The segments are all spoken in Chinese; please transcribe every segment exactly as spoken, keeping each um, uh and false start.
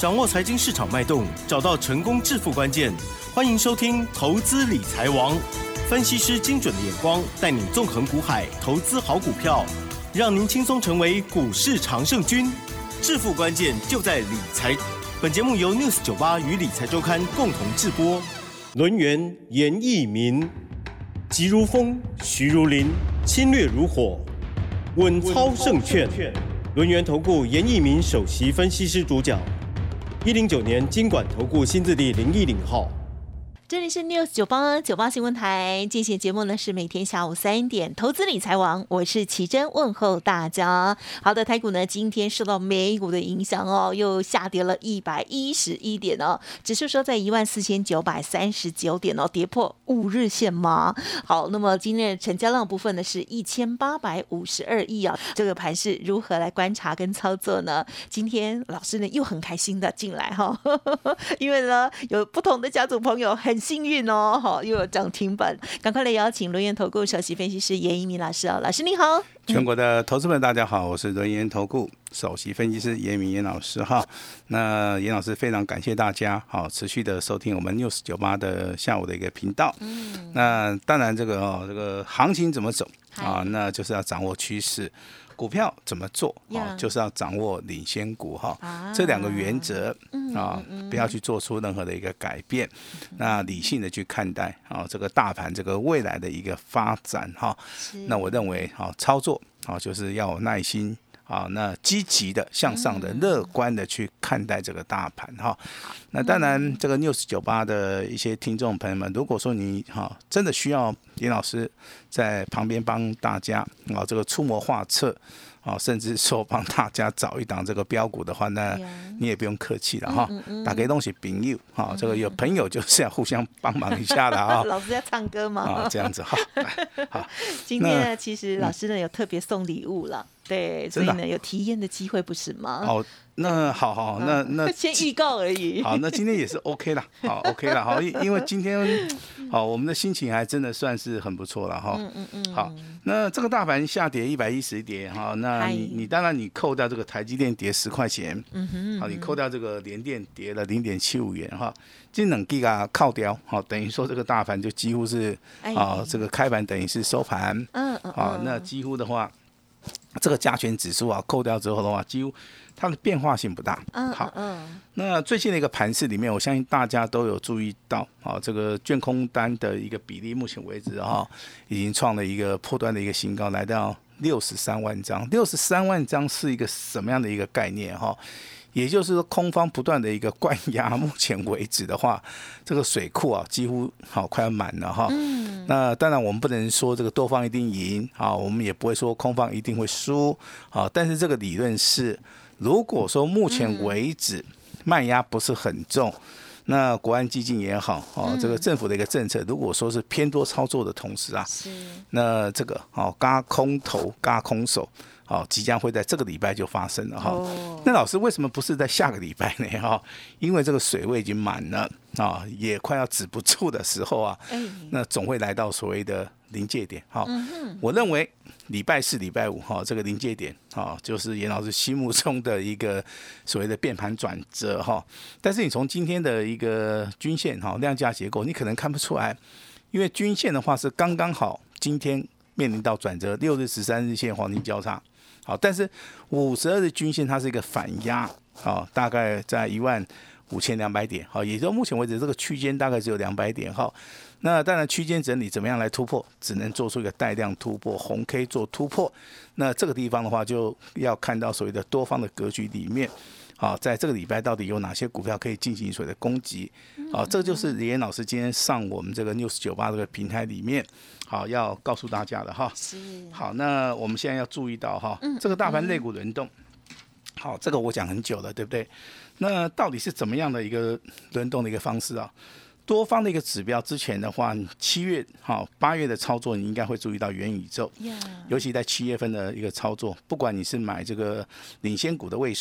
掌握财经市场脉动，找到成功致富关键。欢迎收听《投资理财王》，分析师精准的眼光，带你纵横股海，投资好股票，让您轻松成为股市常胜军。致富关键就在理财。本节目由 News 九八与理财周刊共同制播。轮源严义民，急如风，徐如林，侵略如火，稳操胜券。轮源投顾严义民首席分析师主讲。一零九年金管投顾新字第零一零号。 这里是 News 九八九八新闻台，进行节目呢是每天下午三点，投资理财王，我是奇珍，问候大家。好的，台股呢今天受到美股的影响哦，又下跌了一百一十一点哦，指数收在一万四千九百三十九点哦，跌破五日线吗？好，那么今天的成交量部分呢是一千八百五十二亿啊，这个盘是如何来观察跟操作呢？今天老师呢又很开心的进来哈、哦，因为呢有不同的家族朋友很幸运哦，好，又有涨停板，赶快来邀请轮源投顾首席分析师严义民老师哦，老师你好。 全国的投资们大家好，我是轮源投顾首席分析师严明严老师哈。那严老师非常感谢大家好持续的收听我们 News 九八的下午的一个频道。嗯，那当然这个哦这个行情怎么走啊，那就是要掌握趋势。股票怎么做、哦、就是要掌握领先股哈、啊，这两个原则啊、嗯，不要去做出任何的一个改变，嗯、那理性的去看待啊、哦、这个大盘这个未来的一个发展哈、哦。那我认为啊、哦、操作啊、哦、就是要有耐心。啊，那积极的、向上的、乐观的去看待这个大盘哈。那当然，这个 News 九八的一些听众朋友们，如果说你哈真的需要严老师在旁边帮大家啊这个出谋划策啊，甚至说帮大家找一档这个标股的话，那你也不用客气了哈。打给东西朋友哈，这个有朋友就是要互相帮忙一下的啊。 老师在唱歌吗？ 啊，这样子哈。好， 今天呢，其实老师呢有特别送礼物了。对，所以呢有体验的机会不是吗？ 哦，那好好，那那先预告而已。 好，那今天也是 OK 啦，好 OK 啦，好，因为今天好我们的心情还真的算是很不错了哈。嗯嗯嗯。好，那这个大盘下跌一百一十点哈，那你你当然你扣掉这个台积电跌十块钱，嗯哼，好，你扣掉这个联电跌了零点七五元哈，这两个啊扣掉，好，等于说这个大盘就几乎是啊这个开盘等于是收盘，嗯嗯，啊那几乎的话。这个加权指数啊，扣掉之后的话，几乎它的变化性不大。好，那最近的一个盘势里面，我相信大家都有注意到，啊，这个券空单的一个比例，目前为止哈，已经创了一个波段的一个新高，来到六十三万张。六十三万张是一个什么样的一个概念哈？也就是说，空方不断的一个灌压，目前为止的话，这个水库啊，几乎好快要满了哈。嗯。那当然，我们不能说这个多方一定赢啊，我们也不会说空方一定会输啊。但是这个理论是，如果说目前为止卖压不是很重，那国安基金也好，哦，这个政府的一个政策，如果说是偏多操作的同时啊，那这个哦，嘎空头、嘎空手。哦，即将会在这个礼拜就发生了哈。Oh. 那老师为什么不是在下个礼拜呢？哈，因为这个水位已经满了啊，也快要止不住的时候啊，那总会来到所谓的临界点。哈、mm-hmm. 我认为礼拜四、礼拜五哈，这个临界点啊，就是严老师心目中的一个所谓的变盘转折哈。但是你从今天的一个均线哈量价结构，你可能看不出来，因为均线的话是刚刚好今天面临到转折，六日、十三日线黄金交叉。好，但是五十二日均线它是一个反压，好，大概在一万五千两百点，好，也就目前为止这个区间大概只有两百点，好，那当然区间整理怎么样来突破，只能做出一个带量突破，红 K 做突破，那这个地方的话就要看到所谓的多方的格局里面。好，在这个礼拜到底有哪些股票可以进行所谓的攻击？好，这就是李岩老师今天上我们这个 News 九八这个平台里面，好要告诉大家的哈。好，那我们现在要注意到哈，这个大盘类股轮动，好，这个我讲很久了，对不对？那到底是怎么样的一个轮动的一个方式啊？多方的一个指标，之前的话，七月、好八月的操作，你应该会注意到元宇宙， yeah. 尤其在七月份的一个操作，不管你是买这个领先股的位数。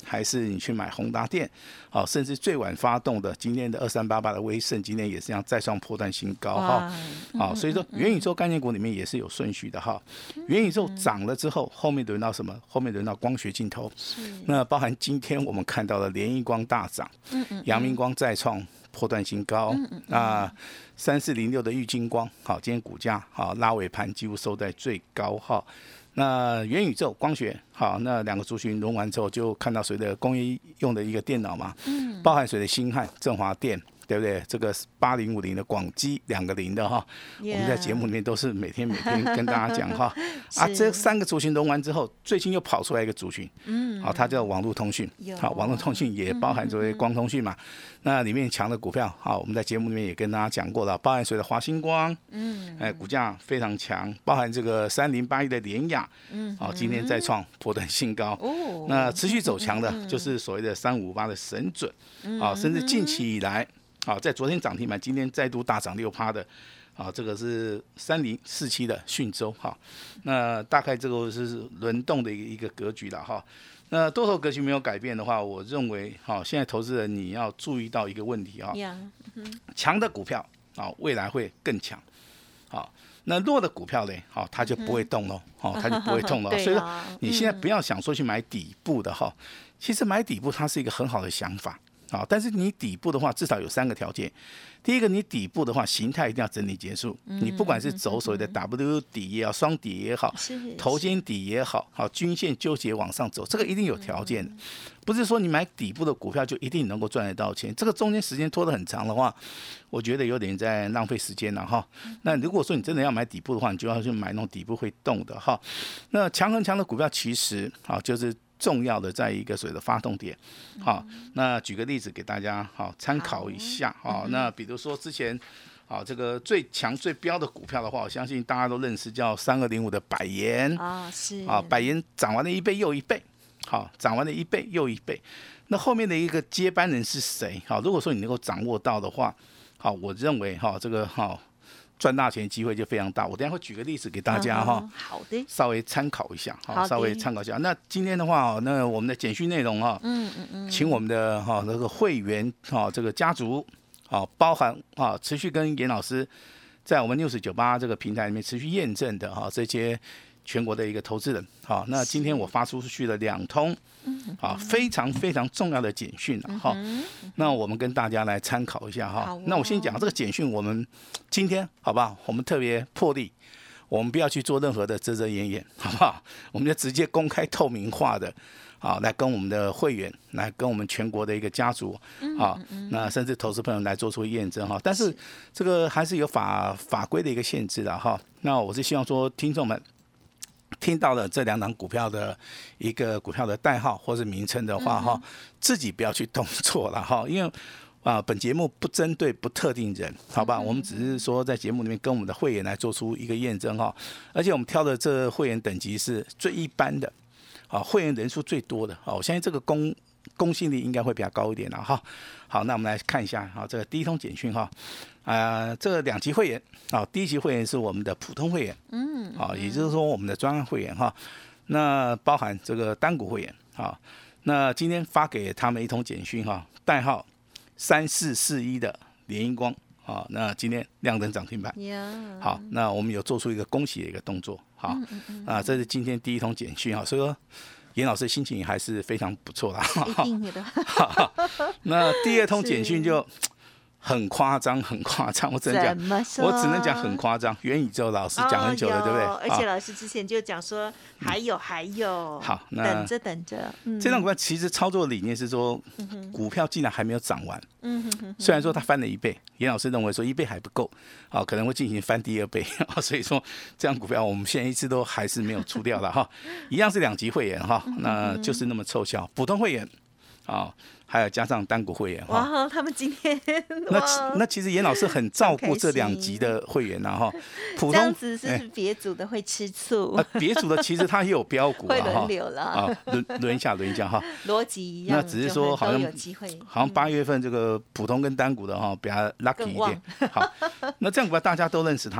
还是你去买宏达电，好，甚至最晚发动的今天的二三八八的威盛，今天也是这样再创破断新高哈。好，所以说元宇宙概念股里面也是有顺序的哈。元宇宙涨了之后，后面轮到什么？后面轮到光学镜头。那包含今天我们看到的联益光大涨，阳明光再创破断新高，那三四零六的玉晶光，好，今天股价好拉尾盘几乎收在最高哈。那元宇宙光学好，那两个族群轮完之后，就看到谁的工业用的一个电脑嘛，包含谁的星汉、振华电，对不对？这个八零五零的广基两个零的哈， yeah. 我们在节目里面都是每天每天跟大家讲哈啊，这三个族群轮完之后，最近又跑出来一个族群，嗯，好，它叫网络通讯，好，网络通讯也包含作为光通讯嘛，嗯、那里面强的股票，好，我们在节目里面也跟大家讲过了，包含谁的华星光，嗯，哎，股价非常强，包含这个三零八一的联亚，嗯，好，今天再创波段新高，哦，那持续走强的就是所谓的三五八的神准，好，甚至近期以来。好，在昨天涨停板，今天再度大涨六趴的，啊，这个是三零四七的讯州哈，那大概这个是轮动的一个一个格局了哈。那多头格局没有改变的话，我认为哈，现在投资人你要注意到一个问题啊，强的股票啊，未来会更强，好。那弱的股票呢，好，它就不会动了，好，它就不会动了。所以说，你现在不要想说去买底部的哈，其实买底部它是一个很好的想法。好，但是你底部的话，至少有三个条件。第一个，你底部的话，形态一定要整理结束。你不管是走所谓的 W 底也好，双底也好，头肩底也好，好均线纠结往上走，这个一定有条件的。不是说你买底部的股票就一定能够赚得到钱。这个中间时间拖得很长的话，我觉得有点在浪费时间了哈。那如果说你真的要买底部的话，你就要去买那种底部会动的哈。那强很强的股票其实啊，就是重要的在一个所谓的发动点，好，那举个例子给大家好参考一下，好，那比如说之前，好这个最强最标的股票的话，我相信大家都认识，叫三二零五的百元，啊是，啊百元涨完了一倍又一倍，好涨完了一倍又一倍，那后面的一个接班人是谁？好，如果说你能够掌握到的话，好，我认为哈这个好。赚大钱机会就非常大，我等一下会举个例子给大家哈、嗯， 好的， 稍微参考一下，好，稍微参考一下。那今天的话，那我们的简讯内容哈，嗯嗯嗯，请我们的哈那个会员哈这个家族，好包含啊持续跟严老师在我们六四九八这个平台里面持续验证的哈这些全国的一个投资人，好，那今天我发出去了两通。好，非常非常重要的简讯了哈、嗯。那我们跟大家来参考一下哈、哦。那我先讲这个简讯，我们今天好不好？我们特别破例，我们不要去做任何的遮遮掩掩，好不好？我们就直接公开透明化的，好来跟我们的会员，来跟我们全国的一个家族，好，那甚至投资朋友来做出验证哈。但是这个还是有法法规的一个限制的哈。那我是希望说，听众们。听到了这两档股票的一个股票的代号或是名称的话哈、嗯，自己不要去动作了哈，因为啊，本节目不针对不特定人，好吧？我们只是说在节目里面跟我们的会员来做出一个验证哈，而且我们挑的这会员等级是最一般的，啊，会员人数最多的，啊，我相信这个公公信力应该会比较高一点了哈。好，那我们来看一下哈，这个第一通简讯哈。啊、呃，这个两级会员啊，第一级会员是我们的普通会员，嗯，啊，也就是说我们的专案会员哈，那包含这个单股会员啊，那今天发给他们一通简讯哈，代号三四四一的联益光啊，那今天亮灯涨停板，好，那我们有做出一个恭喜的一个动作，好，啊，这是今天第一通简讯哈，所以说严老师心情还是非常不错啦， 一定的， 那第二通简讯就。很夸张，很夸张，我只能讲，我只能讲很夸张。元宇宙老师讲很久了，哦、对不对？ 而且老师之前就讲说，还有、嗯、还有， 好，那等着等着。嗯、 这档股票其实操作理念是说，嗯、股票竟然还没有涨完。嗯、哼哼虽然说它翻了一倍，严老师认为说一倍还不够，啊，可能会进行翻第二倍，啊，所以说这样股票我们现在一直都还是没有出掉了哈，一样是两级会员哈，那就是那么凑巧，普通会员，啊。还有加上单股会员哇，他们今天那那其实严老师很照顾这两级的会员然后普通这样子是别组的会吃醋， 啊，别组的其实他也有标股会轮流了啊， 轮轮一下轮一下哈， 逻辑一样， 那只是说好像有机会， 好像八月份这个普通跟单股的哈比较 lucky 一点，好，那这样股票大家都认识他。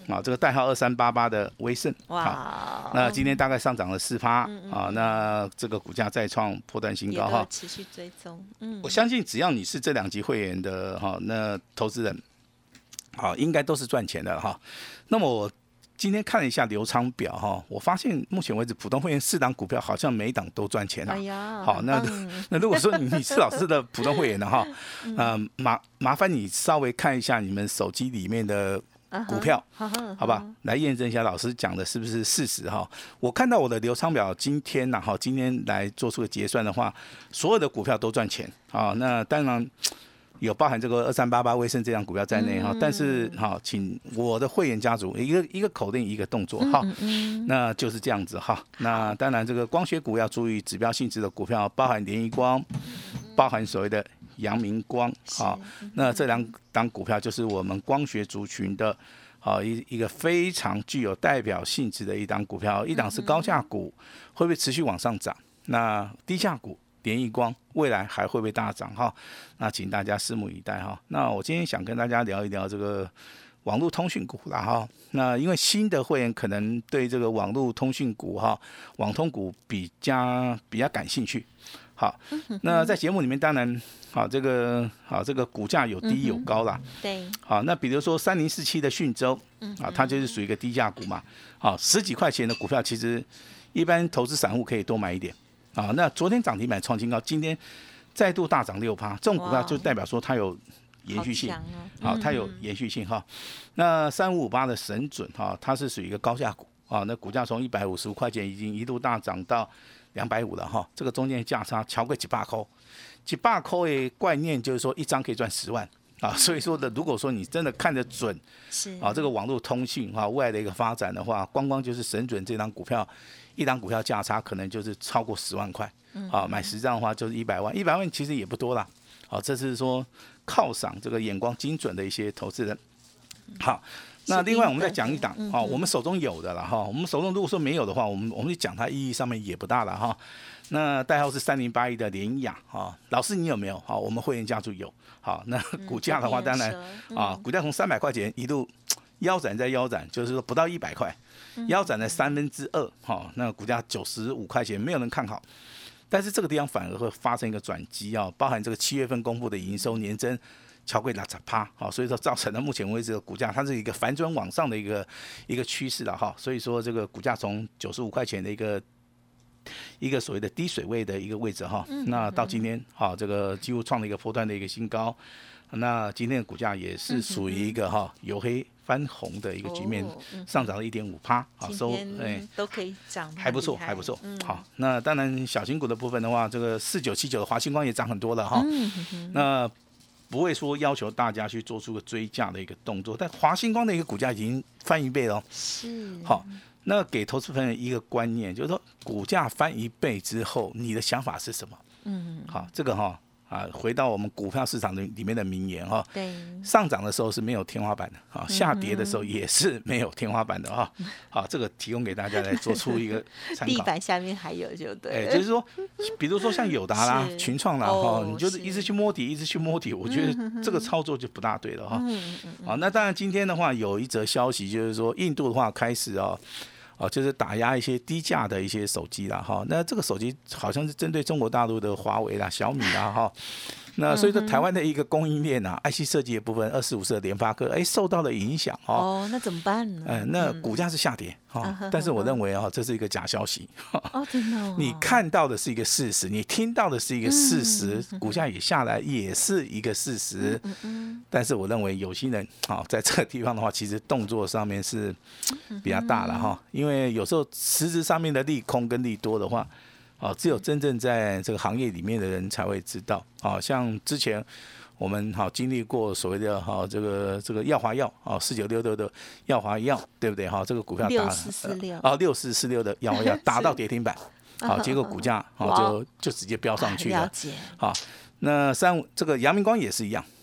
啊，这个代号二三八八的威盛，哇，那今天大概上涨了四趴，啊，那这个股价再创波段新高哈， 持续追踪，嗯， 我相信只要你是这两级会员的哈，那投资人，好，应该都是赚钱的哈。那么我今天看了一下流仓表哈，我发现目前为止普通会员四档股票好像每档都赚钱啊。哎呀，好，那那如果说你是老师的普通会员的哈，呃麻麻烦你稍微看一下你们手机里面的股票，好吧，来验证一下老师讲的是不是事实哈。我看到我的流仓表今天呐哈，今天来做出个结算的话，所有的股票都赚钱啊。那当然。有包含这个二三八八威盛这张股票在内哈，但是哈，请我的会员家族一个一个口令一个动作哈，那就是这样子哈。那当然这个光学股要注意指标性质的股票，包含联一光，包含所谓的阳明光啊。那这两档股票就是我们光学族群的啊一一个非常具有代表性质的一档股票，一档是高价股，会不会持续往上涨？那低价股。联一光未来还会不会大涨哈？那请大家拭目以待哈。那我今天想跟大家聊一聊这个网络通讯股啦哈。那因为新的会员可能对这个网络通讯股哈、网通股比较比较感兴趣。好，那在节目里面当然好这个好这个股价有低有高啦。 对。 好，那比如说三零四七的讯州啊，它就是属于一个低价股嘛。好，十几块钱的股票其实一般投资散户可以多买一点。啊，那昨天涨停板创新高，今天再度大涨六趴，这种股票就代表说它有延续性，好、哦，它有延续性哈。那三五五八的神准哈，它是属于一个高价股啊，那股价从一百五十五块钱已经一度大涨到两百五了哈，这个中间价差超过几百块，几百块的概念就是说一张可以赚十万。啊，所以说的，如果说你真的看得准，是啊，这个网络通讯哈未来的一个发展的话，光光就是神准这张股票，一张股票价差可能就是超过十万块，啊，买十张的话就是一百万，一百万其实也不多啦，好，这是说犒赏这个眼光精准的一些投资人。好，那另外我们再讲一档，哦，我们手中有的了哈，我们手中如果说没有的话，我们我们就讲它意义上面也不大了哈。那代号是三零八一的联雅啊，老师你有没有？好，我们会员家族有。好，那股价的话，当然啊，股价从三百块钱一路腰斩再腰斩，就是说不到一百块，腰斩了三分之二。好，那股价九十五块钱，没有人看好。但是这个地方反而会发生一个转机啊，包含这个七月份公布的营收年增超过六十趴，好，所以说造成了目前为止的股价它是一个反转往上的一个一个趋势了哈，所以说这个股价从九十五块钱的一个。一个所谓的低水位的一个位置哈，那到今天好，这个几乎创了一个波段的一个新高，那今天的股价也是属于一个哈由黑翻红的一个局面，上涨了一点五趴，好收哎都可以涨， 还不错还不错。好，那当然小型股的部分的话，这个四九七九的华星光也涨很多了哈，那不会说要求大家去做出个追价的一个动作，但华星光的一个股价已经翻一倍了，是好。那给投资朋友一个观念，就是说股价翻一倍之后，你的想法是什么？嗯，好，这个哈啊，回到我们股票市场的里面的名言哈，对，上涨的时候是没有天花板的，啊，下跌的时候也是没有天花板的哈，好，这个提供给大家来做出一个参考。 地板下面还有就对， 哎，就是说，比如说像友达啦、群创啦哈，你就是一直去摸底，一直去摸底，我觉得这个操作就不大对了哈。好，那当然今天的话有一则消息，就是说印度的话开始啊。哦，就是打压一些低价的一些手机啦，哈，那这个手机好像是针对中国大陆的华为啦、小米啦，哈，那所以说台湾的一个供应链啊 ，I C 设计的部分，二四五四的联发科，哎，受到了影响哦。 哦，那怎么办呢？ 嗯，那股价是下跌哈、哦，但是我认为啊、哦，这是一个假消息。 哦，真的、哦。 你看到的是一个事实，你听到的是一个事实，嗯、股价也下来也是一个事实。嗯嗯。但是我认为有些人啊、哦，在这个地方的话，其实动作上面是比较大了哈、哦，因为有时候实质上面的利空跟利多的话。哦，只有真正在这个行业里面的人才会知道。哦，像之前我们好经历过所谓的哈这个这个耀华药哦四九六六的耀华药，对不对？哈，这个股票打六四四六哦六四四六的耀华药打到跌停板，好，结果股价好就就直接飙上去了。 了解。 好，那三五这个阳明光也是一样。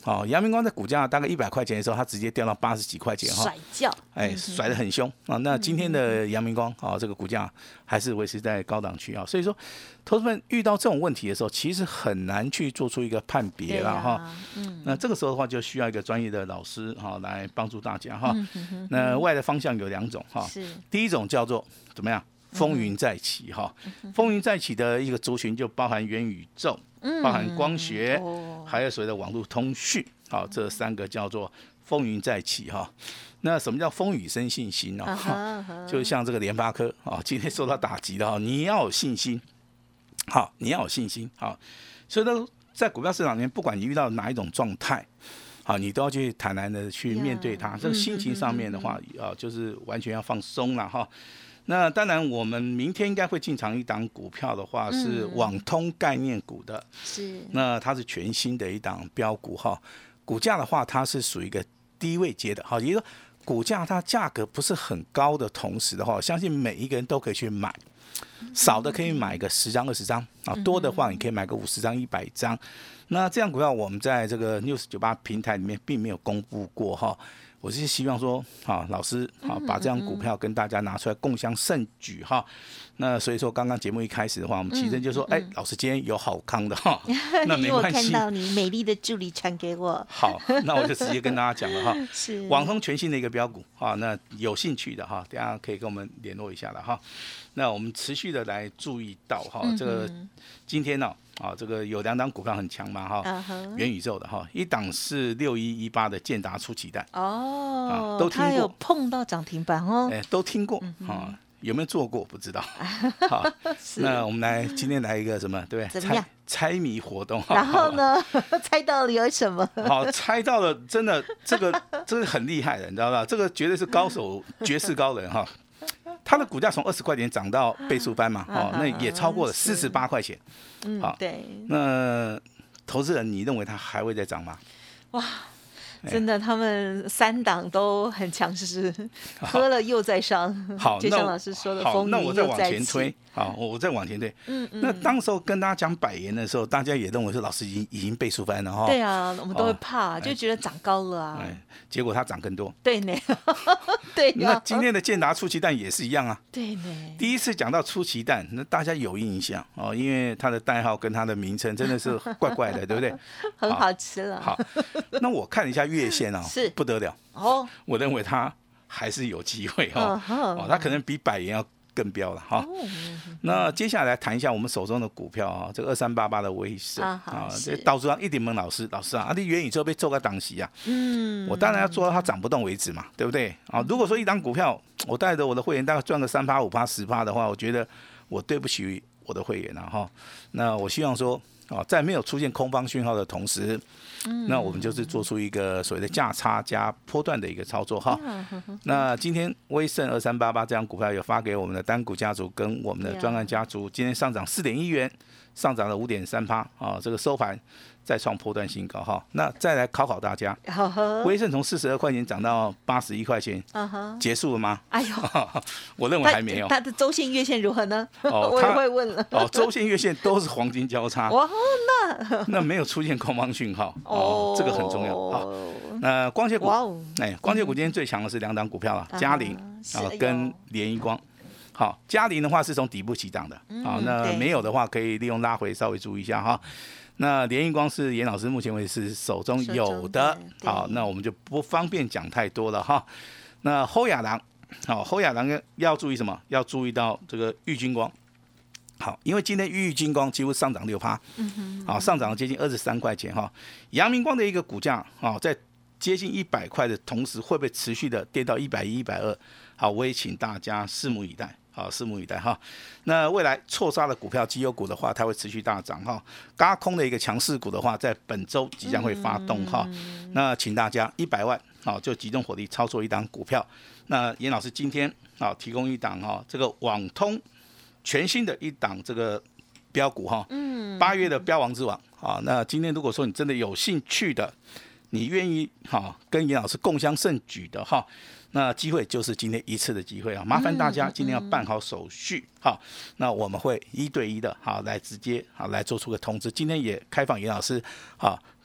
哦，阳明光在股价大概一百块钱的时候，它直接掉到八十几块钱哈， 甩轿， 哎，甩得很凶啊。那今天的阳明光啊，这个股价还是维持在高档区啊，所以说，投资们遇到这种问题的时候，其实很难去做出一个判别了哈。啊嗯、那这个时候的话，就需要一个专业的老师哈来帮助大家哈。嗯、那外的方向有两种哈，第一种叫做怎么样？风云再起哈，风云再起的一个族群就包含元宇宙，包含光学，还有所谓的网络通讯，好，这三个叫做风云再起哈。那什么叫风雨生信心呢？哦？就像这个联发科啊，今天受到打击的哈，你要有信心，好，你要有信心，好，所以呢，在股票市场里面，不管你遇到哪一种状态。好，你都要去坦然的去面对它。这个心情上面的话，啊，就是完全要放松了哈。那当然，我们明天应该会进场一档股票的话，是网通概念股的。是。那它是全新的一档标股哈。股价的话，它是属于一个低位阶的，好，也就是说，股价它价格不是很高的同时的话，我相信每一个人都可以去买。少的可以买个十张、二十张啊，多的话你可以买个五十张、一百张。那这样股票我们在这个 News 九八平台里面并没有公布过哈。我是希望说，啊，老师啊，把这张股票跟大家拿出来共襄盛举哈。那所以说，刚刚节目一开始的话，我们奇珍就说，哎、嗯嗯，老师今天有好康的哈。那没关系， 我看到你美丽的助理传给我。 好，那我就直接跟大家讲了哈。是。网通全新的一个标股啊，那有兴趣的哈，大家可以跟我们联络一下了哈。那我们持续的来注意到哈，这个今天呢、啊，啊，这个有两档股票很强嘛哈， uh-huh. 元宇宙的哈，一档是六一一八的建达出奇蛋哦，啊，都听过，它有碰到涨停板哦， 哎，都听过啊。有没有做过不知道。好，那我们来今天来一个什么，对不对？ 怎么样？ 猜谜活动。 然后呢？猜到了有什么？ 好，猜到了，真的这个这个很厉害的，你知道吧？这个绝对是高手，绝世高人哈。它的股价从二十块钱涨到倍数翻嘛，哦，那也超过了四十八块钱。 嗯，对。 那投资人，你认为它还会再涨吗？ 哇！真的，他们三档都很强势，喝了又在上。 好， 就像老师说的， 好，那我再往前推。好，我再往前推。嗯嗯。那当时候跟大家讲百元的时候，大家也认为说老师已经已经倍数翻了哈。 对啊，我们都会怕，就觉得涨高了啊。 哎，结果它涨更多。 对呢。对。 那今天的建达出奇蛋也是一样啊。 对呢。 第一次讲到出奇蛋，那大家有印象哦，因为它的代号跟它的名称真的是怪怪的，对不对？ 很好吃了。 好，那我看了一下月线啊，是不得了哦。我认为它还是有机会哈，哦，它可能比百元要更飙了哈。那接下来谈一下我们手中的股票啊，这个二三八八的威盛啊，这导主上一点问老师，老师啊，啊你元宇宙被做个档期啊，嗯，我当然要做到它涨不动为止嘛，对不对？啊，如果说一档股票我带着我的会员大概赚个三趴、五趴、十趴的话，我觉得我对不起我的会员了哈。那我希望说。啊，在没有出现空方讯号的同时，嗯、那我们就是做出一个所谓的价差加波段的一个操作哈。嗯、那今天威盛二三八八这张股票有发给我们的单股家族跟我们的专案家族，今天上涨四点一元，上涨了五点三趴啊，这个收盘再创波段新高哈。那再来考考大家，威盛从四十二块钱涨到八十一块钱，uh-huh. 结束了吗？哎呦，我认为还没有。 它的周线、月线如何呢？哦、我也会问了。 哦，周线、月线都是黄金交叉。 哇，那那没有出现空方讯号哦，这个很重要。好，那光学股，哎，光学股今天最强的是两档股票了，嘉凌啊跟联一光。好，嘉凌的话是从底部起涨的，好，那没有的话可以利用拉回稍微注意一下哈。那联一光是严老师目前为止手中有的，好，那我们就不方便讲太多了哈。那后亚郎，好，后亚郎要注意什么？要注意到这个玉晶光。好，因为今天玉晶光几乎上涨六趴，好，上涨了接近二十三块钱哈。阳明光的一个股价，好，在接近一百块的同时，会不会持续的跌到一百一、一百二？好，我也请大家拭目以待。好，拭目以待哈。那未来错杀的股票、绩优股的话，它会持续大涨哈。軋空的一个强势股的话，在本周即将会发动哈。嗯、那请大家一百万好就集中火力操作一档股票。那严老师今天好提供一档哈，这个网通全新的一档这个标股哈。嗯。八月的标王之王啊，那今天如果说你真的有兴趣的，你愿意哈跟严老师共襄盛举的哈。那机会就是今天一次的机会啊！麻烦大家今天要办好手续，好，那我们会一对一的，好来直接好来做出个通知。今天也开放严老师，好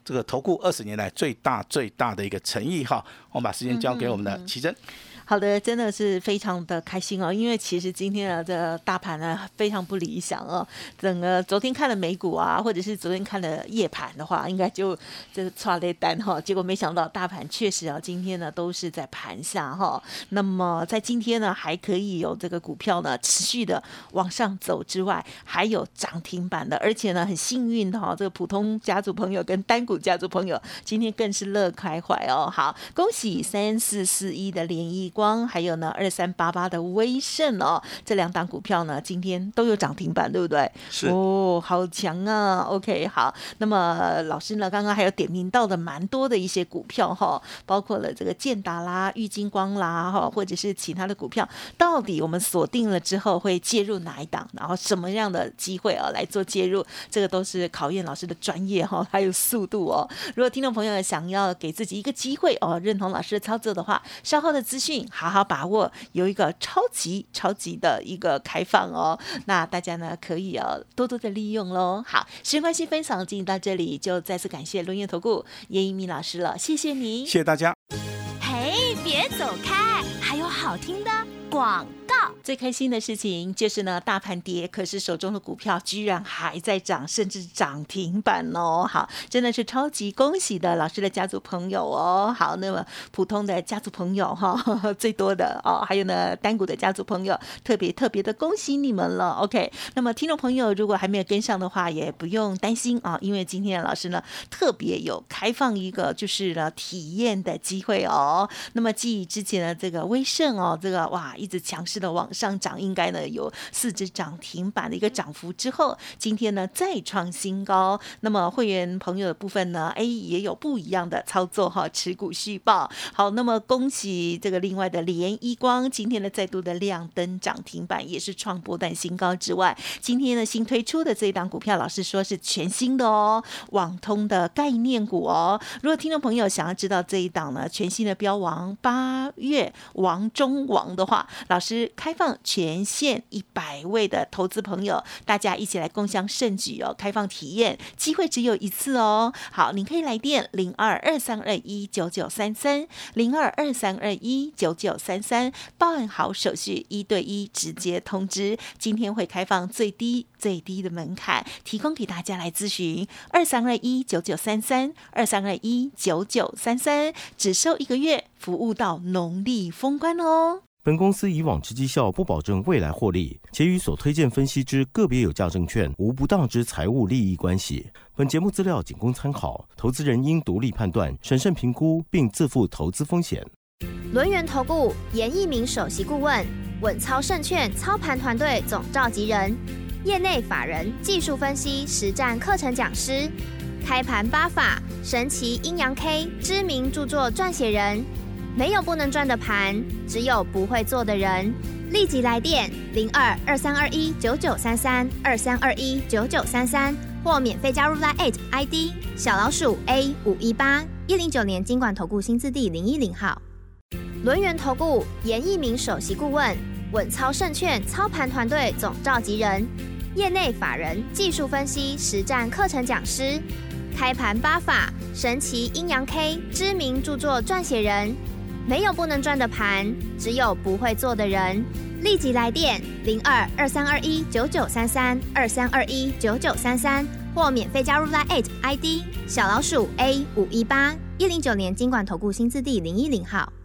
这个投顾二十年来最大最大的一个诚意哈。我们把时间交给我们的奇珍。 好的，真的是非常的开心哦，因为其实今天的这个大盘呢非常不理想哦，整个昨天看了美股啊，或者是昨天看了夜盘的话，应该就就是抓了单哈，结果没想到大盘确实啊，今天呢都是在盘下哈。那么在今天呢，还可以有这个股票呢持续的往上走之外，还有涨停板的，而且呢很幸运的哈，这个普通家族朋友跟单股家族朋友今天更是乐开怀哦。好，恭喜三四四一的联益光，还有呢二三八八的威盛哦，这两档股票呢今天都有涨停板，对不对？ 是哦，好强啊 ！OK， 好，那么老师呢刚刚还有点名到的蛮多的一些股票哈，包括了这个建达啦、玉晶光啦哈，或者是其他的股票，到底我们锁定了之后会介入哪一档，然后什么样的机会啊来做介入，这个都是考验老师的专业哈，还有速度哦。如果听众朋友想要给自己一个机会哦，认同老师的操作的话，稍后的资讯好好把握，有一个超级超级的一个开放哦，那大家呢可以哦多多的利用咯。好，时间关系分享进行到这里，就再次感谢轮源投顾叶一鸣老师了，谢谢你， 谢谢大家。 嘿，别走开，还有好听的广告。 最开心的事情就是呢，大盘跌，可是手中的股票居然还在涨，甚至涨停板哦。好，真的是超级恭喜的老师的家族朋友哦。好，那么普通的家族朋友哈、哦，最多的哦，还有呢单股的家族朋友，特别特别的恭喜你们了。OK， 那么听众朋友如果还没有跟上的话，也不用担心啊，因为今天的老师呢特别有开放一个就是呢体验的机会哦。那么继之前的这个威盛哦，这个哇一直强势的往上涨，应该呢有四只涨停板的一个涨幅之后，今天呢再创新高。那么会员朋友的部分呢，哎也有不一样的操作哈，持股续报。好，那么恭喜这个另外的联益光，今天呢再度的亮灯涨停板，也是创波段新高之外，今天呢新推出的这一档股票，老师说是全新的哦，网通的概念股哦。如果听众朋友想要知道这一档呢全新的标王八月王中王的话，老师开放全县一百位的投资朋友，大家一起来共襄盛举哦！开放体验，机会只有一次哦。好，您可以来电零二二三二一九九三三零二二三二一九九三三，报案好手续，一对一直接通知。今天会开放最低最低的门槛，提供给大家来咨询二三二一九九三三二三二一九九三三，只收一个月，服务到农历封关哦。 本公司以往之绩效不保证未来获利，且与所推荐分析之个别有价证券无不当之财务利益关系。本节目资料仅供参考，投资人应独立判断、审慎评估，并自负投资风险。 轮源投顾严一鸣首席顾问，稳操胜券操盘团队总召集人，业内法人技术分析实战课程讲师，开盘八法神奇阴阳 K 知名著作撰写人。没有不能赚的盘，只有不会做的人。立即来电零二二三二一九九三三二三二一九九三三，或免费加入 LINE I D 小老鼠 A 五一八一零九年金管投顾新字第零一零号。轮源投顾严一鸣首席顾问，稳操胜券操盘团队总召集人，业内法人技术分析实战课程讲师，开盘八法神奇阴阳 K 知名著作撰写人。没有不能赚的盘，只有不会做的人。立即来电零二二三二一九九三三二三二一九九三三，或免费加入 LINE I D 小老鼠 A 五一八一零九年金管投顾新字第零一零号。